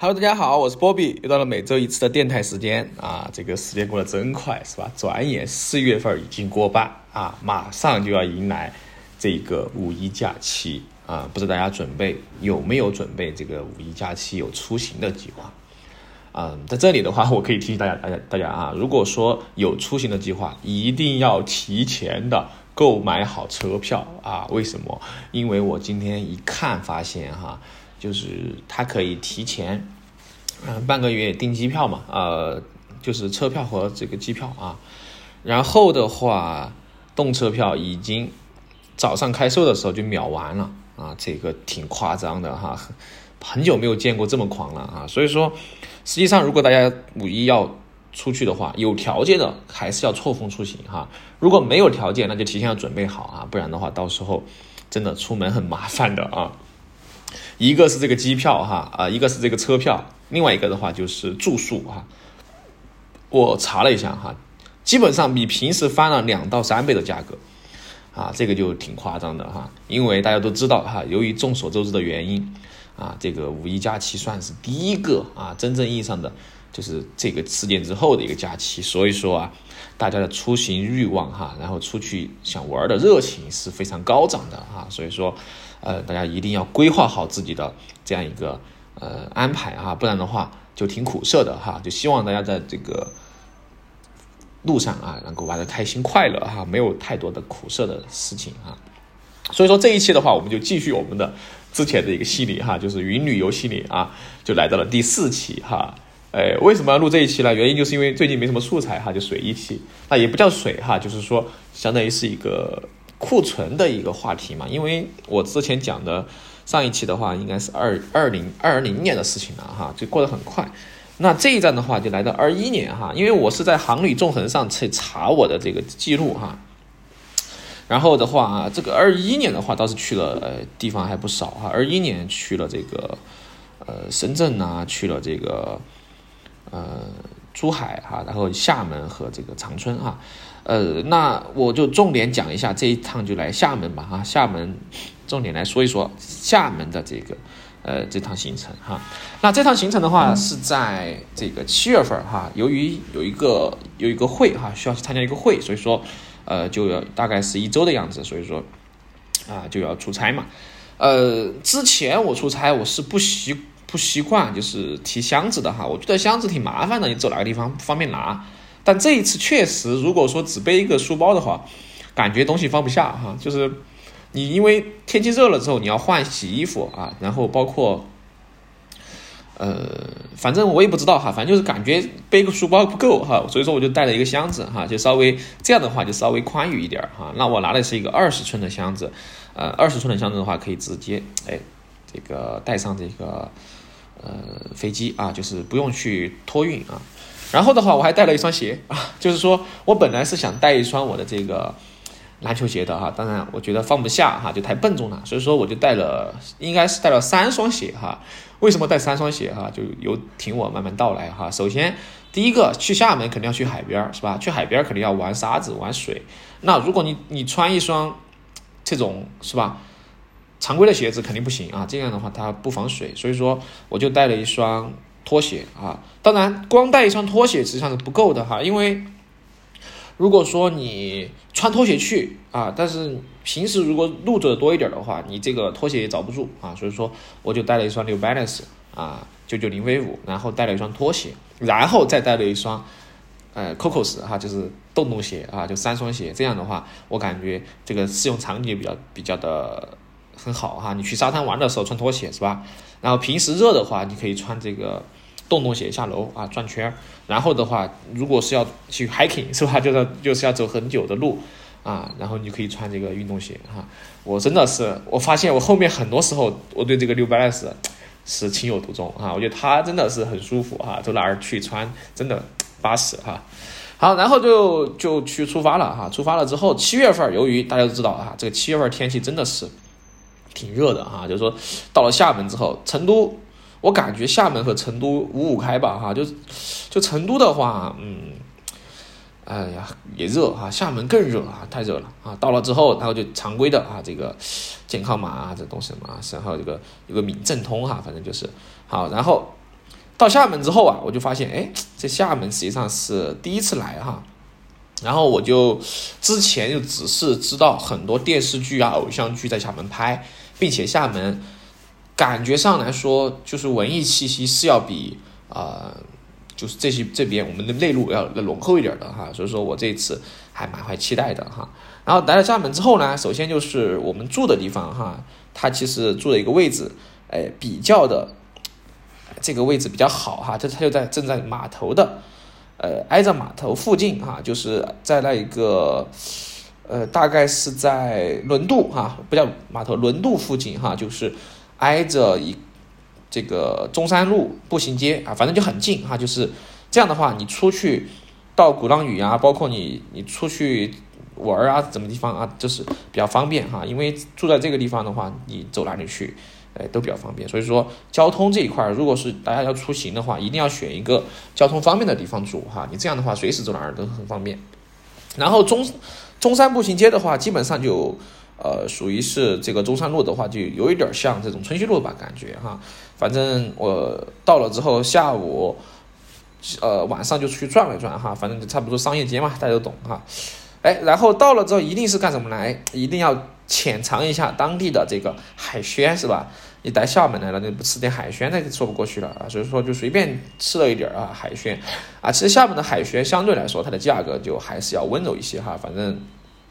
Hello， 大家好，我是波比，又到了每周一次的电台时间啊，这个时间过得真快，是吧？转眼4月份已经过半啊，马上就要迎来这个五一假期啊，不知道大家有没有准备这个五一假期有出行的计划？在这里的话，我可以提醒大家啊，如果说有出行的计划，一定要提前的购买好车票啊。为什么？因为我今天一看发现就是它可以提前半个月订机票嘛，就是车票和这个机票啊。然后的话，动车票已经早上开售的时候就秒完了啊，这个挺夸张的哈，很久没有见过这么狂了啊。所以说，实际上如果大家五一要出去的话，有条件的还是要错峰出行哈。如果没有条件，那就提前要准备好啊，不然的话到时候真的出门很麻烦的啊。一个是这个机票一个是这个车票，另外一个的话就是住宿我查了一下基本上比平时翻了2到3倍的价格这个就挺夸张的因为大家都知道由于众所周知的原因这个五一假期算是第一个真正意义上的就是这个事件之后的一个假期，所以说大家的出行欲望然后出去想玩的热情是非常高涨的所以说大家一定要规划好自己的这样一个安排不然的话就挺苦涩的就希望大家在这个路上能够玩得开心快乐没有太多的苦涩的事情所以说这一期的话，我们就继续我们的之前的一个系列就是云旅游系列就来到了第4期为什么要录这一期呢？原因就是因为最近没什么素材就水一期，那也不叫水就是说相当于是一个库存的一个话题嘛。因为我之前讲的上一期的话应该是2020年的事情了就过得很快。那这一站的话就来到21年因为我是在航旅纵横上去查我的这个记录然后的话这个21年的话倒是去了地方还不少21年去了这个深圳去了这个珠海然后厦门和这个长春那我就重点讲一下这一趟就来厦门吧厦门重点来说一说厦门的这个这趟行程那这趟行程的话是在这个7月份由于有一个会需要去参加一个会，所以说就要大概是1周的样子，所以说就要出差嘛。之前我出差我是不习惯就是提箱子的我觉得箱子挺麻烦的，你走哪个地方不方便拿。但这一次确实，如果说只背一个书包的话，感觉东西放不下就是你因为天气热了之后，你要换洗衣服然后包括反正我也不知道反正就是感觉背个书包不够所以说我就带了一个箱子就稍微这样的话就稍微宽裕一点那我拿的是一个20寸的箱子，20寸的箱子的话可以直接这个带上这个飞机就是不用去托运然后的话我还带了一双鞋就是说我本来是想带一双我的这个篮球鞋的当然我觉得放不下就太笨重了，所以说我就应该是带了3双鞋为什么带3双鞋就听我慢慢道来首先第一个，去厦门肯定要去海边是吧？去海边肯定要玩沙子玩水，那如果你穿一双这种是吧常规的鞋子肯定不行这样的话它不防水，所以说我就带了一双拖鞋当然光带一双拖鞋实际上是不够的因为如果说你穿拖鞋去但是平时如果路走的多一点的话，你这个拖鞋也找不住所以说我就带了一双 New Balance 990V5，然后带了一双拖鞋，然后再带了一双Cocos 就是洞鞋就3双鞋，这样的话我感觉这个适用场景比较的很好你去沙滩玩的时候穿拖鞋是吧？然后平时热的话，你可以穿这个洞鞋下楼转圈，然后的话如果是要去 hiking 是吧，就是要走很久的路然后你可以穿这个运动鞋我真的是我发现我后面很多时候我对这个 New Balance 是情有独钟我觉得它真的是很舒服走哪儿去穿真的巴适好，然后就去出发了出发了之后7月份由于大家都知道这个7月份天气真的是挺热的就是说到了厦门之后，成都我感觉厦门和成都五五开吧就成都的话哎呀也热厦门更热太热了到了之后然后就常规的这个健康码这东西嘛然后这个有个闽政通反正就是好，然后到厦门之后啊，我就发现，这厦门实际上是第一次来哈。然后我就之前就只是知道很多电视剧啊、偶像剧在厦门拍，并且厦门感觉上来说，就是文艺气息是要比就是这边我们的内陆要浓厚一点的哈，所以说我这一次还蛮怀期待的哈。然后来了厦门之后呢，首先就是我们住的地方哈，它其实住的一个位置，比较的这个位置比较好哈，它就正在码头的，挨着码头附近哈，就是在那一个大概是在轮渡哈，不叫码头，轮渡附近哈，就是挨着这个中山路步行街啊，反正就很近哈，就是这样的话，你出去到鼓浪屿啊，包括你出去玩啊，什么地方啊，就是比较方便哈，因为住在这个地方的话，你走哪里去，都比较方便。所以说交通这一块，如果是大家要出行的话，一定要选一个交通方便的地方住哈，你这样的话随时走哪儿都很方便。然后中山步行街的话，基本上就属于是这个中山路的话，就有一点像这种春熙路吧，感觉哈。反正我到了之后，下午晚上就出去转了转哈，反正就差不多商业街嘛，大家都懂哈。然后到了之后一定是干什么呢？一定要浅尝一下当地的这个海鲜，是吧？你来厦门来了，你不吃点海鲜那说不过去了啊。所以说就随便吃了一点啊海鲜啊。其实厦门的海鲜相对来说它的价格就还是要温柔一些哈。反正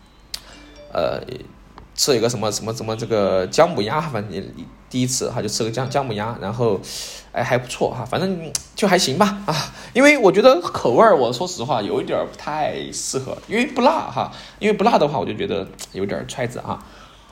吃一个什么这个姜母鸭，反正第一次哈就吃个姜母鸭，然后还不错哈，反正就还行吧啊。因为我觉得口味我说实话有一点不太适合，因为不辣哈，因为不辣的话我就觉得有点揣子哈。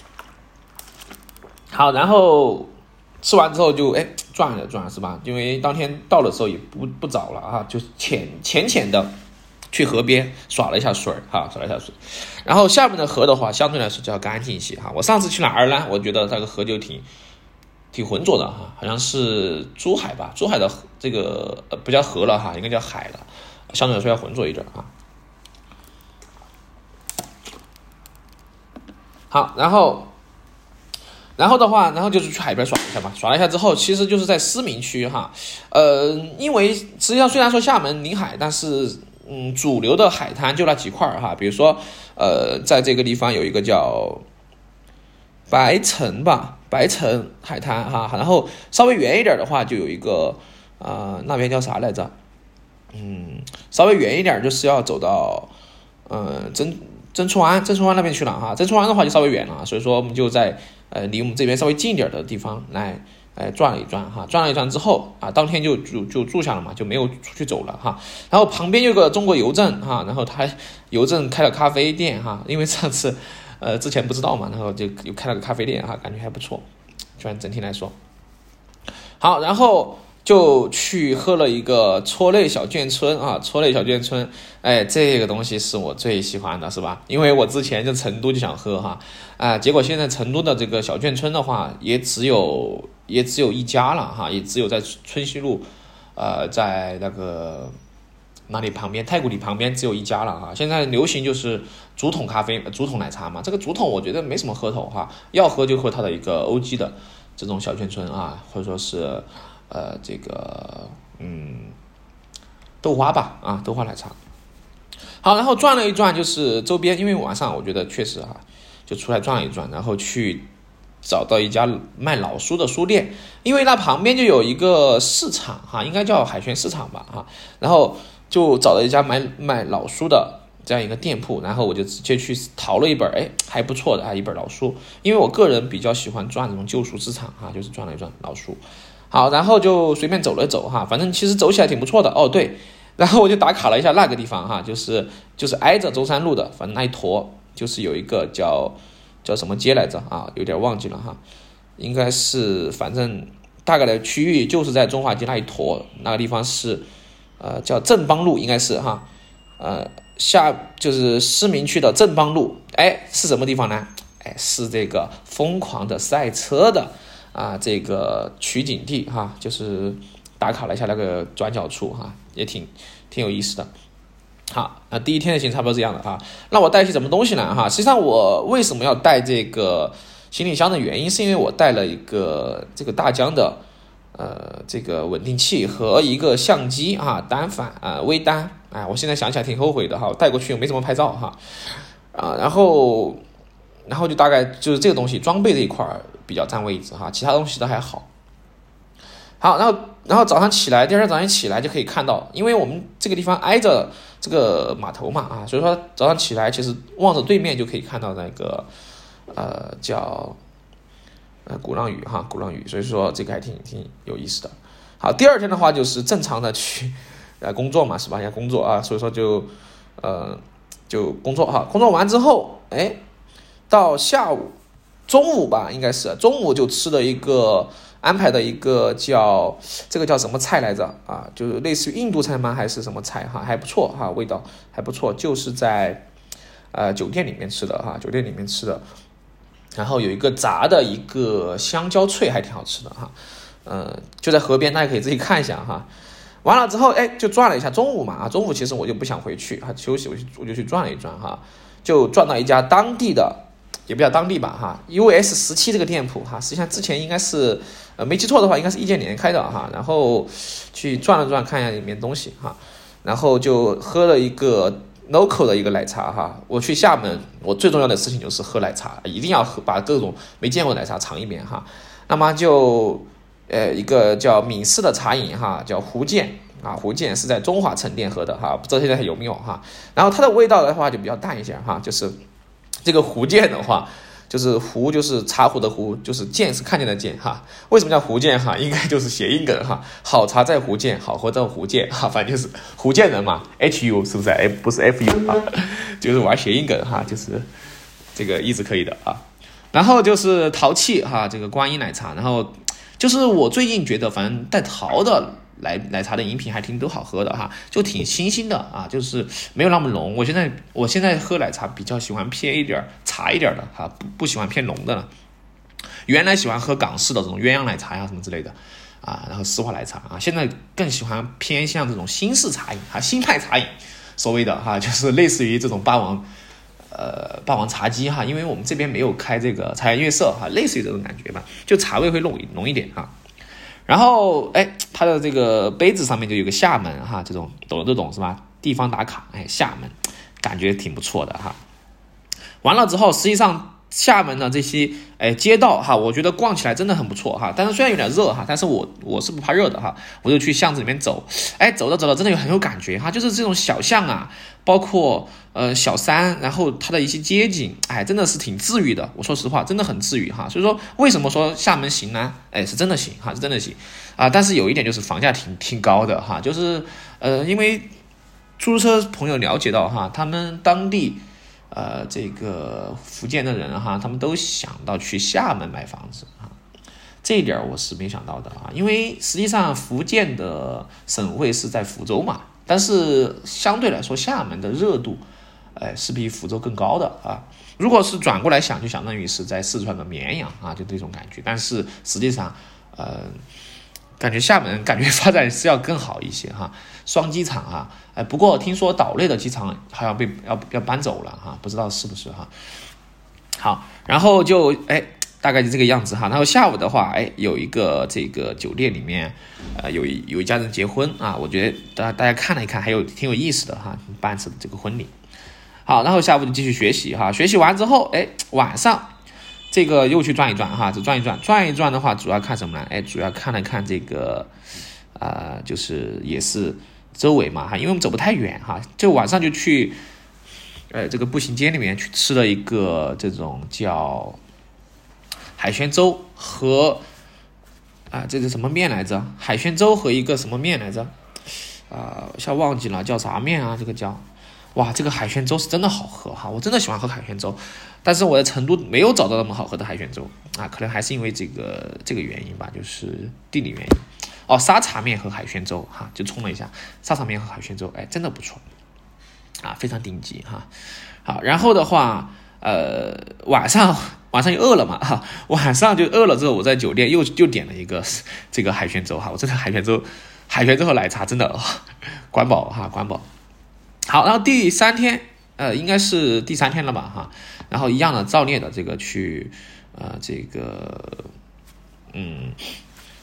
好，然后吃完之后就转了转是吧？因为当天到的时候也不早了啊，就浅的去河边耍了一下水哈，然后厦门的河的话相对来说就要干净一些哈。我上次去哪儿呢？我觉得那个河就挺浑浊的哈，好像是珠海吧，珠海的这个不叫河了哈，应该叫海了，相对来说要浑浊一点啊。好，然后的话，然后就是去海边耍一下吧，耍了一下之后，其实就是在思明区哈，因为实际上虽然说厦门临海，但是主流的海滩就那几块哈，比如说在这个地方有一个叫白城海滩哈，然后稍微远一点的话就有一个那边叫啥来着？稍微远一点就是要走到曾厝垵那边去了哈，曾厝垵的话就稍微远了，所以说我们就在离我们这边稍微近一点的地方来转了一转哈，转了一转之后啊，当天就住下了嘛，就没有出去走了哈。然后旁边有个中国邮政哈，然后他邮政开了咖啡店哈，因为上次之前不知道嘛，然后就又开了个咖啡店哈，感觉还不错，就按整体来说。好，然后就去喝了一个戳泪小卷村啊，戳泪小卷村，这个东西是我最喜欢的，是吧？因为我之前在成都就想喝哈，结果现在成都的这个小卷村的话，也只有一家了哈，也只有在春熙路，在那个哪里旁边，太古里旁边只有一家了哈。现在流行就是竹筒咖啡、竹筒奶茶嘛，这个竹筒我觉得没什么喝头哈，要喝就喝它的一个OG的这种小卷村啊，或者说是这个豆花吧啊，豆花奶茶。好，然后转了一转，就是周边，因为晚上我觉得确实哈，就出来转了一转，然后去找到一家卖老书的书店，因为那旁边就有一个市场哈，应该叫海鲜市场吧哈，然后就找了一家卖老书的这样一个店铺，然后我就直接去淘了一本还不错的一本老书，因为我个人比较喜欢转这种旧书市场哈，就是转了一转老书。好，然后就随便走了走哈，反正其实走起来挺不错的哦。对，然后我就打卡了一下那个地方哈，就是挨着中山路的，反正那一坨就是有一个叫什么街来着啊，有点忘记了哈，应该是反正大概的区域就是在中华街那一坨，那个地方是叫正邦路，应该是哈，就是思明区的正邦路，是什么地方呢？是这个疯狂的赛车的这个取景地哈，就是打卡了一下那个转角处哈，也挺有意思的。好，第一天的行程差不多这样的哈。那我带些什么东西呢哈？实际上我为什么要带这个行李箱的原因，是因为我带了一个这个大疆的这个稳定器和一个相机啊，单反微单，我现在想起来挺后悔的哈，我带过去又没怎么拍照哈，然后就大概就是这个东西装备这一块比较占位置哈，其他东西都还好。好，然后早上起来，第二天早上起来就可以看到，因为我们这个地方挨着这个码头嘛所以说早上起来其实望着对面就可以看到那个叫鼓浪屿哈，鼓浪屿，所以说这个还挺有意思的。好，第二天的话就是正常的去工作嘛，是吧？要工作所以说就工作哈，工作完之后，到下午中午吧，应该是中午就吃了一个安排的一个叫什么菜来着就是类似于印度菜吗？还是什么菜哈？还不错哈，味道还不错，就是在酒店里面吃的哈，酒店里面吃的。然后有一个炸的一个香蕉脆，还挺好吃的哈。就在河边，大家可以自己看一下哈。完了之后，就转了一下中午嘛中午其实我就不想回去休息，我就去转了一转哈，就转到一家当地的，也不叫当地吧哈 ，US17这个店铺哈，实际上之前应该是没记错的话，应该是易建联开的哈。然后去转了转，看一下里面东西哈，然后就喝了一个local 的一个奶茶哈，我去厦门，我最重要的事情就是喝奶茶，一定要把各种没见过的奶茶尝一遍哈。那么就一个叫闽式的茶饮哈，叫福建福建是在中华城店喝的哈，不知道现在还有没有哈。然后它的味道的话就比较淡一些哈，就是这个福建的话，就是湖就是茶壶的壶，就是见是看见的见哈。为什么叫福建哈？应该就是谐音梗哈。好茶在福建，好喝在福建哈，反正就是福建人嘛 ，HU 是不是？不是 FU 哈，就是玩谐音梗哈，就是这个意思可以的啊。然后就是淘气哈，这个观音奶茶，然后就是我最近觉得，反正带淘的奶茶的饮品还都好喝的哈，就挺清新的就是没有那么浓。我现在喝奶茶比较喜欢偏一点茶一点的哈，不喜欢偏浓的了。原来喜欢喝港式的这种鸳鸯奶茶呀什么之类的然后丝滑奶茶现在更喜欢偏向这种新式茶饮新派茶饮，所谓的就是类似于这种霸王茶姬因为我们这边没有开这个茶颜悦色类似于这种感觉吧，就茶味会浓一点然后它的这个杯子上面就有个厦门这种懂是吧？地方打卡厦门感觉挺不错的完了之后，实际上厦门的这些街道我觉得逛起来真的很不错但是虽然有点热但是我是不怕热的我就去巷子里面走，走着真的很有感觉就是这种小巷包括小山，然后它的一些街景真的是挺治愈的。我说实话，真的很治愈所以说为什么说厦门行呢？是真的行是真的行但是有一点就是房价挺高的就是因为出租车朋友了解到他们当地这个福建的人他们都想到去厦门买房子这一点我是没想到的因为实际上福建的省会是在福州嘛，但是相对来说厦门的热度是比福州更高的如果是转过来想，就相当于是在四川的绵阳就这种感觉，但是实际上感觉厦门感觉发展是要更好一些双机场不过听说岛内的机场好像要搬走了不知道是不是好，然后就大概就这个样子然后下午的话有一个这个酒店里面有一家人结婚我觉得大家看了一看还有挺有意思的办次这个婚礼。好，然后下午就继续学习学习完之后晚上这个又去转一转就转一转的话主要看什么呢？主要看了看这个就是也是周围嘛因为我们走不太远就晚上就去这个步行街里面去吃了一个这种叫海鲜粥和这个什么面来着？海鲜粥和一个什么面来着？一下忘记了叫啥面这个叫哇，这个海鲜粥是真的好喝我真的喜欢喝海鲜粥，但是我在成都没有找到那么好喝的海鲜粥可能还是因为这个原因吧，就是地理原因沙茶面和海鲜粥就冲了一下沙茶面和海鲜粥真的不错非常顶级好，然后的话晚上又饿了嘛晚上就饿了之后，我在酒店又点了一个这个海鲜粥我这个海鲜粥和奶茶真的管饱管饱。好，然后第三天应该是第3天了吧然后一样的照例的这个去这个实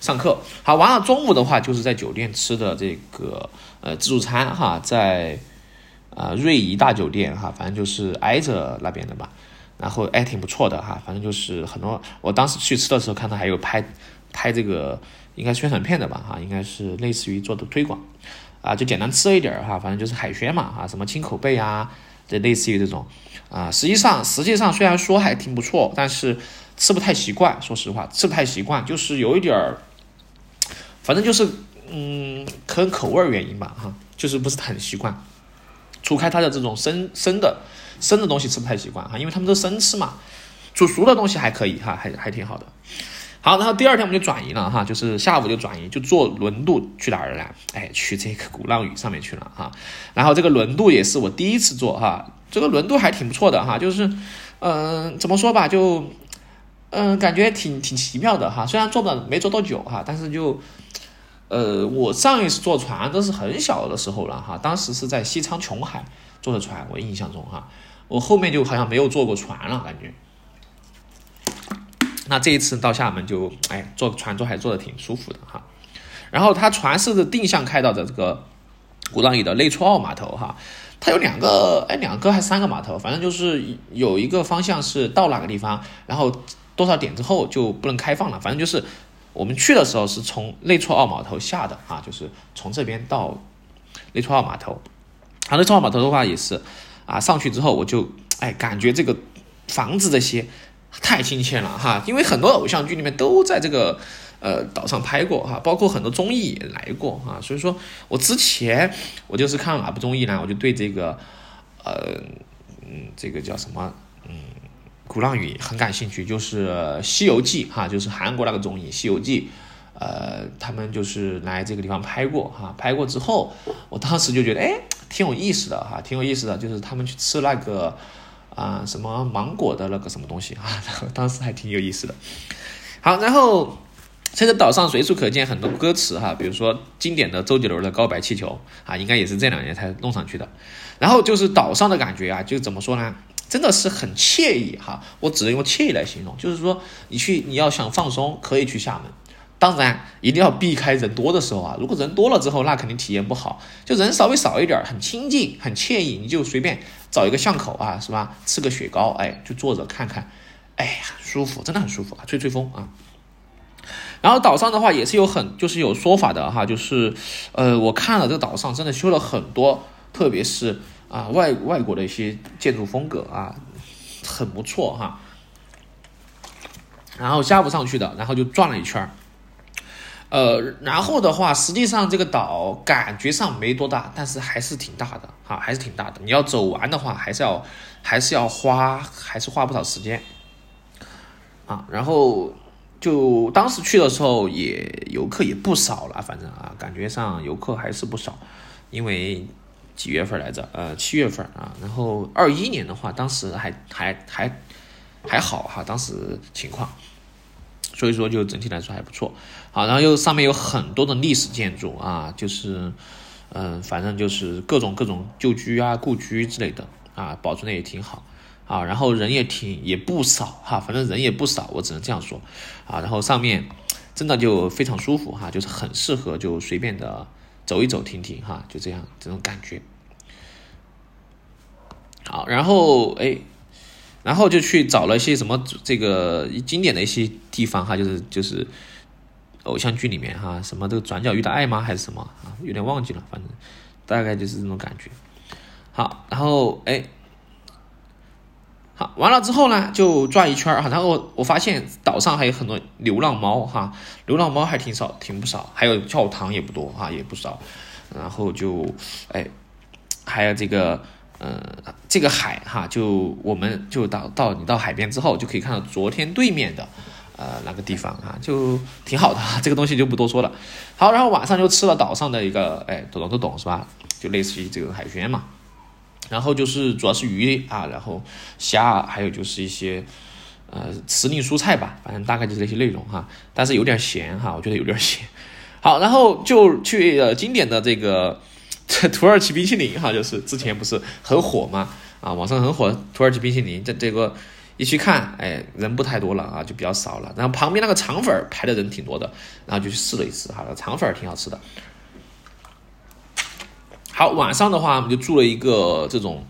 上课。好，完了中午的话就是在酒店吃的这个自助餐哈，在瑞怡大酒店哈，反正就是挨着那边的吧，然后挺不错的哈，反正就是很多，我当时去吃的时候看到还有拍这个应该宣传片的吧哈，应该是类似于做的推广就简单吃了一点哈，反正就是海鲜嘛什么青口贝啊，这类似于这种实际上虽然说还挺不错，但是吃不太习惯，说实话吃不太习惯，就是有一点反正就是可能口味原因吧哈，就是不是很习惯。除开它的这种生的东西吃不太习惯哈，因为他们都生吃嘛，煮熟的东西还可以哈，还挺好的。好，然后第二天我们就转移了哈，就是下午就转移，就坐轮渡去哪儿了？去这个鼓浪屿上面去了哈。然后这个轮渡也是我第一次坐哈，这个轮渡还挺不错的哈，就是怎么说吧，就感觉挺奇妙的哈。虽然没坐多久哈，但是就我上一次坐船都是很小的时候了哈，当时是在西昌琼海坐的船，我印象中哈，我后面就好像没有坐过船了感觉。那这一次到厦门就坐船还坐得挺舒服的哈。然后它船是定向开到的这个鼓浪屿的内厝澳码头哈，它有两个还是3个码头，反正就是有一个方向是到哪个地方，然后多少点之后就不能开放了，反正就是我们去的时候是从内厝澳码头下的就是从这边到内厝澳码头。内厝澳码头的话也是上去之后我就感觉这个房子这些太亲切了哈，因为很多偶像剧里面都在这个岛上拍过哈，包括很多综艺也来过哈，所以说我之前我就是看了哪部综艺呢，我就对这个这个叫什么鼓浪屿很感兴趣，就是《西游记》哈，就是韩国那个综艺《西游记》，他们就是来这个地方拍过哈，拍过之后，我当时就觉得挺有意思的哈，挺有意思的，就是他们去吃那个什么芒果的那个什么东西然后当时还挺有意思的。好，然后这个岛上随处可见很多歌词哈，比如说经典的周杰伦的《告白气球》应该也是这2年才弄上去的。然后就是岛上的感觉就怎么说呢？真的是很惬意哈，我只能用惬意来形容，就是说你要想放松，可以去厦门，当然一定要避开人多的时候如果人多了之后，那肯定体验不好，就人稍微少一点，很清静，很惬意，你就随便找一个巷口是吧，吃个雪糕，就坐着看看，舒服，真的很舒服吹吹风然后岛上的话也是就是有说法的哈，就是我看了这个岛上真的修了很多，特别是外国的一些建筑风格很不错哈。然后下午上去的，然后就转了一圈然后的话实际上这个岛感觉上没多大，但是还是挺大的还是挺大的，你要走完的话还是要花不少时间然后就当时去的时候游客也不少了，反正感觉上游客还是不少，因为几月份来着7月份然后21年的话当时还好哈，当时情况，所以说就整体来说还不错。好，然后上面有很多的历史建筑就是反正就是各种旧居故居之类的保存的也挺好然后人也不少反正人也不少，我只能这样说然后上面真的就非常舒服就是很适合就随便的走一走停停就这样这种感觉。好，然后就去找了一些什么这个经典的一些地方就是偶像剧里面什么这个转角遇到爱吗还是什么有点忘记了，反正大概就是这种感觉。好，然后好，完了之后呢就转一圈然后我发现岛上还有很多流浪猫流浪猫还挺不少，还有教堂也不多也不少，然后就还有这个这个海就我们就你到海边之后就可以看到昨天对面的那个地方就挺好的这个东西就不多说了。好，然后晚上就吃了岛上的一个懂是吧，就类似于这个海鲜嘛，然后就是主要是鱼然后虾，还有就是一些时令蔬菜吧，反正大概就是这些内容但是有点咸我觉得有点咸。好，然后就去经典的这个土耳其冰淇淋就是之前不是很火吗网上很火土耳其冰淇淋，这个一去看，哎，人不太多了啊，就比较少了。然后旁边那个肠粉排的人挺多的，然后就去试了一次哈，肠粉挺好吃的。好，晚上的话我们就住了一个这种，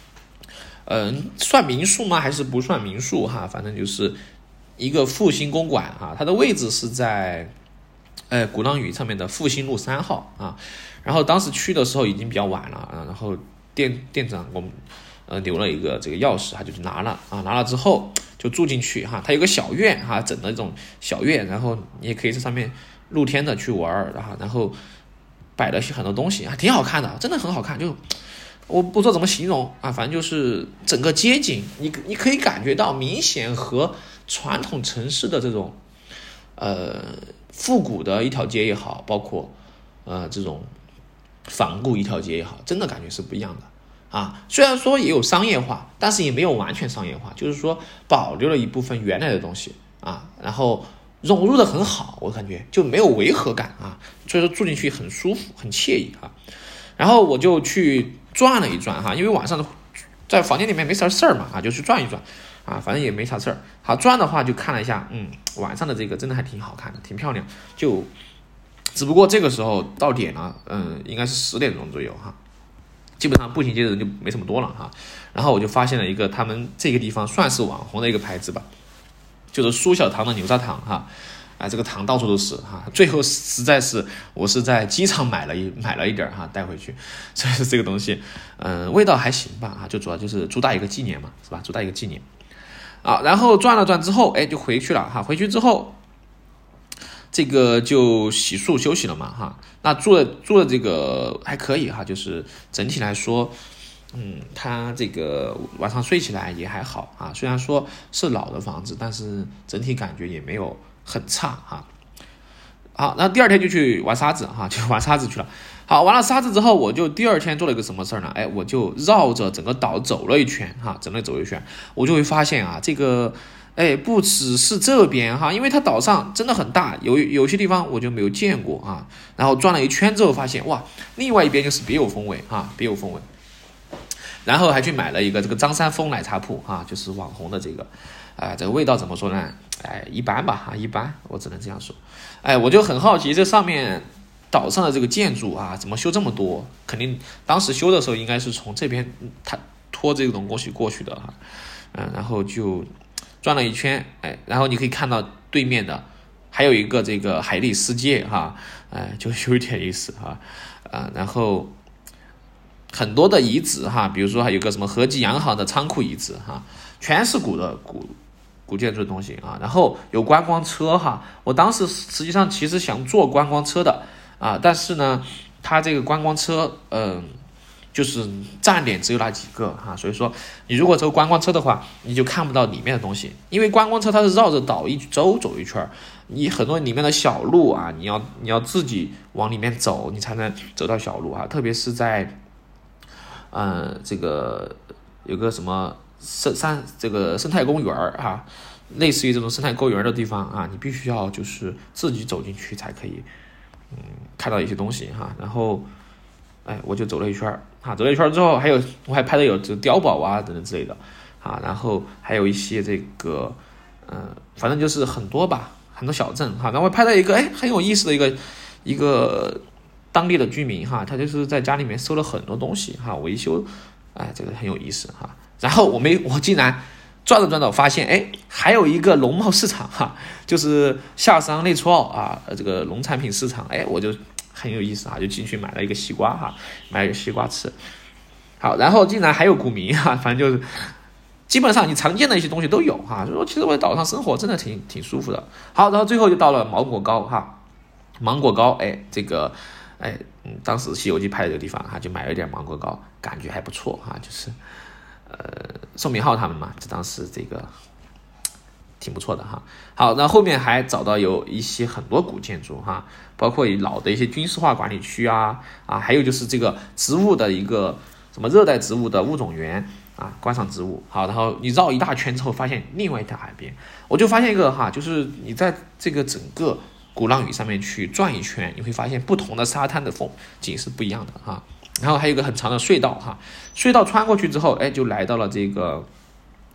算民宿吗？还是不算民宿哈？反正就是一个复兴公馆啊，它的位置是在鼓浪屿上面的复兴路3号啊。然后当时去的时候已经比较晚了啊，然后店长我们留了一个这个钥匙，他就去拿了啊，拿了之后就住进去哈，它有个小院哈，整的这种小院，然后你也可以在上面露天的去玩，然后摆了很多东西啊，挺好看的，真的很好看，就我不知道怎么形容啊，反正就是整个街景，你可以感觉到明显和传统城市的这种复古的一条街也好，包括这种仿古一条街也好，真的感觉是不一样的。啊，虽然说也有商业化，但是也没有完全商业化，就是说保留了一部分原来的东西啊，然后融入的很好，我感觉就没有违和感啊，所以说住进去很舒服，很惬意啊。然后我就去转了一转哈，因为晚上在房间里面没啥事儿嘛啊，就去转一转啊，反正也没啥事儿。好，转的话就看了一下，晚上的这个真的还挺好看的，挺漂亮。就只不过这个时候到点了，应该是10点钟左右哈。基本上步行街的人就没什么多了哈，然后我就发现了一个他们这个地方算是网红的一个牌子吧，就是苏小糖的牛轧糖哈，这个糖到处都是哈，最后实在是我是在机场买了一点哈带回去，所以说这个东西味道还行吧哈，就主要就是主打一个纪念嘛，是吧？主打一个纪念啊，然后转了转之后，就回去了哈，回去之后。这个就洗漱休息了嘛哈，那住的这个还可以哈，就是整体来说，它这个晚上睡起来也还好啊，虽然说是老的房子，但是整体感觉也没有很差哈。好，那第二天就去玩沙子哈，就玩沙子去了。好，玩了沙子之后，我就第二天做了一个什么事儿呢？我就绕着整个岛走了一圈哈，我就会发现啊，这个。不只是这边哈，因为它岛上真的很大，有些地方我就没有见过啊。然后转了一圈之后发现，哇，另外一边就是别有风味啊，别有风味。然后还去买了一个这个张三丰奶茶铺啊，就是网红的这个，这个味道怎么说呢？一般吧一般，我只能这样说。我就很好奇这上面岛上的这个建筑啊，怎么修这么多？肯定当时修的时候应该是从这边它拖这种东西过去的哈，然后就。转了一圈，然后你可以看到对面的还有一个这个海力世界哈，就有一点意思哈，然后很多的遗址哈，比如说还有个什么和记洋行的仓库遗址哈，全是古建筑的东西啊，然后有观光车哈，我当时实际上其实想坐观光车的啊，但是呢，它这个观光车就是站点只有那几个哈，所以说你如果坐观光车的话，你就看不到里面的东西，因为观光车它是绕着岛一周走一圈，你很多里面的小路啊，你要自己往里面走，你才能走到小路啊，特别是在这个有个什么这个生态公园哈，类似于这种生态公园的地方啊，你必须要就是自己走进去才可以看到一些东西哈，然后我就走了一圈走了一圈之后，我还拍的有这碉堡啊等等之类的然后还有一些这个反正就是很多吧，很多小镇然后我拍到一个很有意思的一个当地的居民他就是在家里面收了很多东西维修，这个很有意思然后我竟然转着转着发现还有一个农贸市场就是下商内出澳这个农产品市场我就很有意思就进去买了一个西瓜买了一个西瓜吃。好，然后竟然还有股民反正就是基本上你常见的一些东西都有所以说其实我在岛上生活真的挺舒服的。好，然后最后就到了芒果糕芒果糕这个当时西游记拍的这个地方就买了一点芒果糕，感觉还不错就是宋明浩他们嘛，就当时这个挺不错的好，那后面还找到有一些很多古建筑包括老的一些军事化管理区还有就是这个植物的一个什么热带植物的物种园观赏植物。好，然后你绕一大圈之后发现另外一条海边，我就发现一个就是你在这个整个鼓浪屿上面去转一圈，你会发现不同的沙滩的风景是不一样的然后还有一个很长的隧道隧道穿过去之后就来到了这个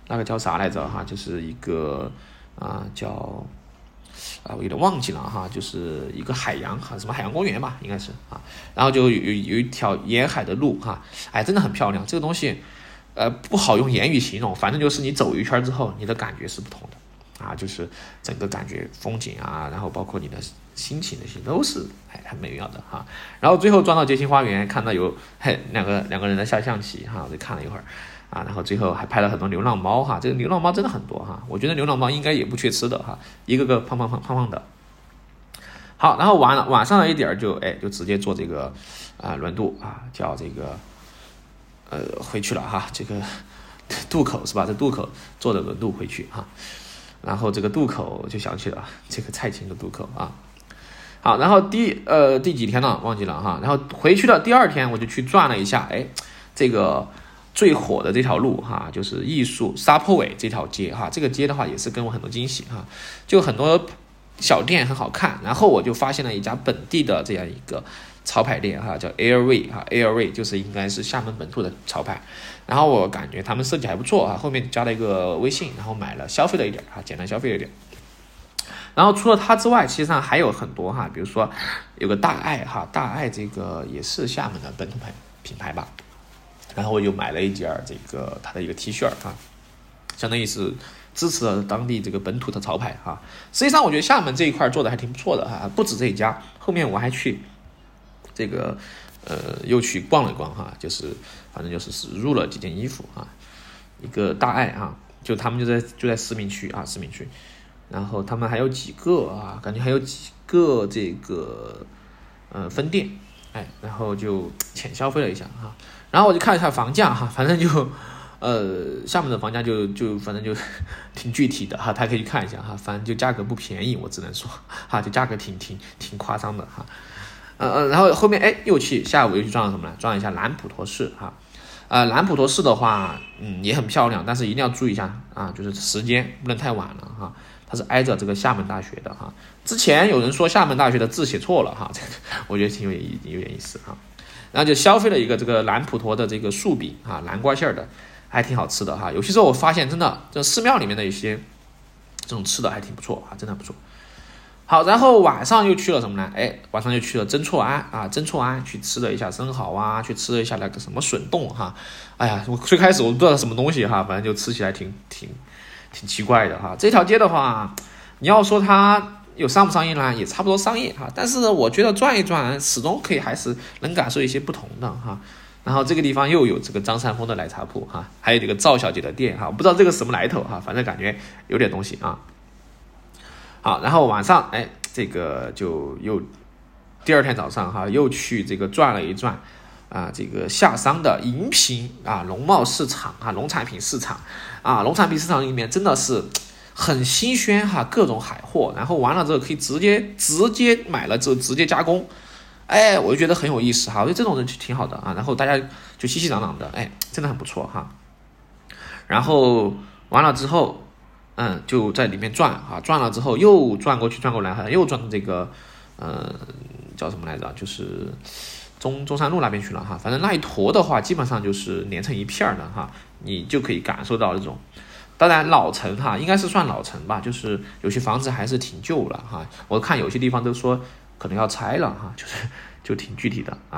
那个叫啥来着哈，就是一个叫我有点忘记了哈，就是一个海洋什么海洋公园吧，应该是然后就有一条沿海的路哈，真的很漂亮。这个东西不好用言语形容，反正就是你走一圈之后，你的感觉是不同的就是整个感觉风景然后包括你的心情那些都是很美妙的然后最后转到街心花园，看到有两个人在下象棋我就看了一会儿然后最后还拍了很多流浪猫这个流浪猫真的很多我觉得流浪猫应该也不缺吃的一个个胖胖的。好，然后晚上的一点就直接坐这个轮渡叫这个回去了这个渡口是吧？在渡口坐的轮渡回去然后这个渡口就想起了这个蔡琴的渡口好，然后第几天了忘记了然后回去的第二天我就去转了一下这个最火的这条路就是艺术沙坡尾这条街这个街的话也是给我很多惊喜就很多小店很好看，然后我就发现了一家本地的这样一个潮牌店叫 Airway 就是应该是厦门本土的潮牌，然后我感觉他们设计还不错后面加了一个微信，然后买了消费了一点简单消费了一点。然后除了它之外，其实上还有很多比如说有个大爱大爱这个也是厦门的本土品牌吧，然后我又买了一件这个它的一个 T 恤相当于是支持了当地这个本土的潮牌实际上我觉得厦门这一块做的还挺不错的不止这一家，后面我还去这个又去逛了一逛就是反正就是入了几件衣服一个大爱就他们就在思明区思明区，然后他们还有几个感觉还有几个这个分店然后就浅消费了一下然后我就看了一下房价反正就厦门的房价就反正就挺具体的大家可以去看一下反正就价格不便宜，我只能说就价格挺夸张的然后后面下午又去转了什么呢？转了一下南普陀寺南普陀寺的话也很漂亮，但是一定要注意一下就是时间不能太晚了它是挨着这个厦门大学的之前有人说厦门大学的字写错了这个我觉得挺有点意思然后就消费了一个这个南普陀的这个树饼南瓜馅的，还挺好吃的有些时候我发现真的这寺庙里面的一些这种吃的还挺不错真的不错。好，然后晚上又去了什么呢？晚上又去了曾厝垵曾厝垵去吃了一下生蚝去吃了一下那个什么笋冻我最开始我不知道什么东西反正就吃起来挺奇怪的这条街的话，你要说它有商不商业呢，也差不多商业但是我觉得转一转始终可以还是能感受一些不同的然后这个地方又有这个张三丰的奶茶铺还有这个赵小姐的店我不知道这个什么来头反正感觉有点东西好，然后晚上这个就又第二天早上又去这个转了一转这个下商的银平农贸市场农产品市场农产品市场里面真的是很新鲜各种海货，然后完了之后可以直接买了之后直接加工，我就觉得很有意思我觉得这种人挺好的然后大家就熙熙攘攘的真的很不错然后完了之后就在里面转转了之后又转过去转过来又转到这个叫什么来着，就是中山路那边去了反正那一坨的话基本上就是连成一片的你就可以感受到这种，当然老城应该是算老城吧，就是有些房子还是挺旧了我看有些地方都说可能要拆了就挺具体的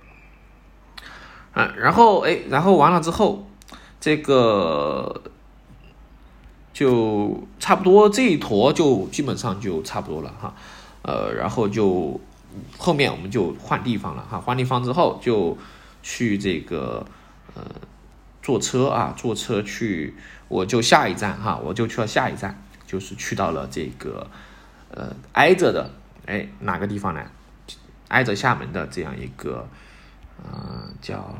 然后完了之后这个就差不多这一坨就基本上就差不多了然后就后面我们就换地方了换地方之后就去这个坐车去，我就下一站我就去了下一站，就是去到了这个挨着的哪个地方呢？挨着厦门的这样一个叫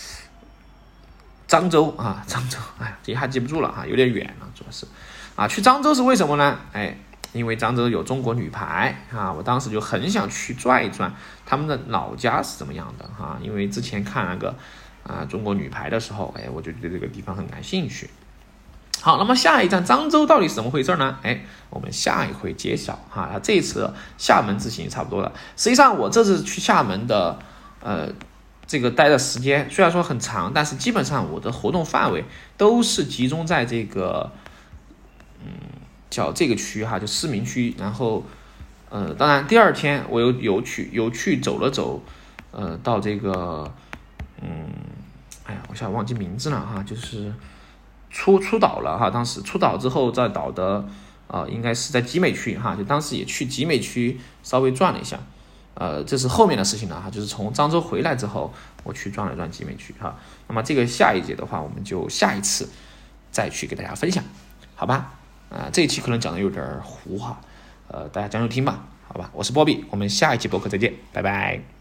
漳州漳州这还记不住了有点远了，主要是去漳州是为什么呢？因为漳州有中国女排我当时就很想去转一转他们的老家是怎么样的因为之前看那个中国女排的时候我就对这个地方很感兴趣。好，那么下一站漳州到底是怎么回事呢？我们下一回揭晓这一次厦门之行差不多了。实际上我这次去厦门的这个待的时间虽然说很长，但是基本上我的活动范围都是集中在这个叫这个区哈，就思明区。然后当然第二天我有去走了走，到这个我现在忘记名字了哈，就是出岛了哈。当时出岛之后在岛的应该是在集美区哈，就当时也去集美区稍微转了一下。这是后面的事情了哈，就是从漳州回来之后，我去转了转集美区哈。那么这个下一节的话，我们就下一次再去给大家分享，好吧？这一期可能讲的有点糊哈，大家将就听吧，好吧？我是波比，我们下一期播客再见，拜拜。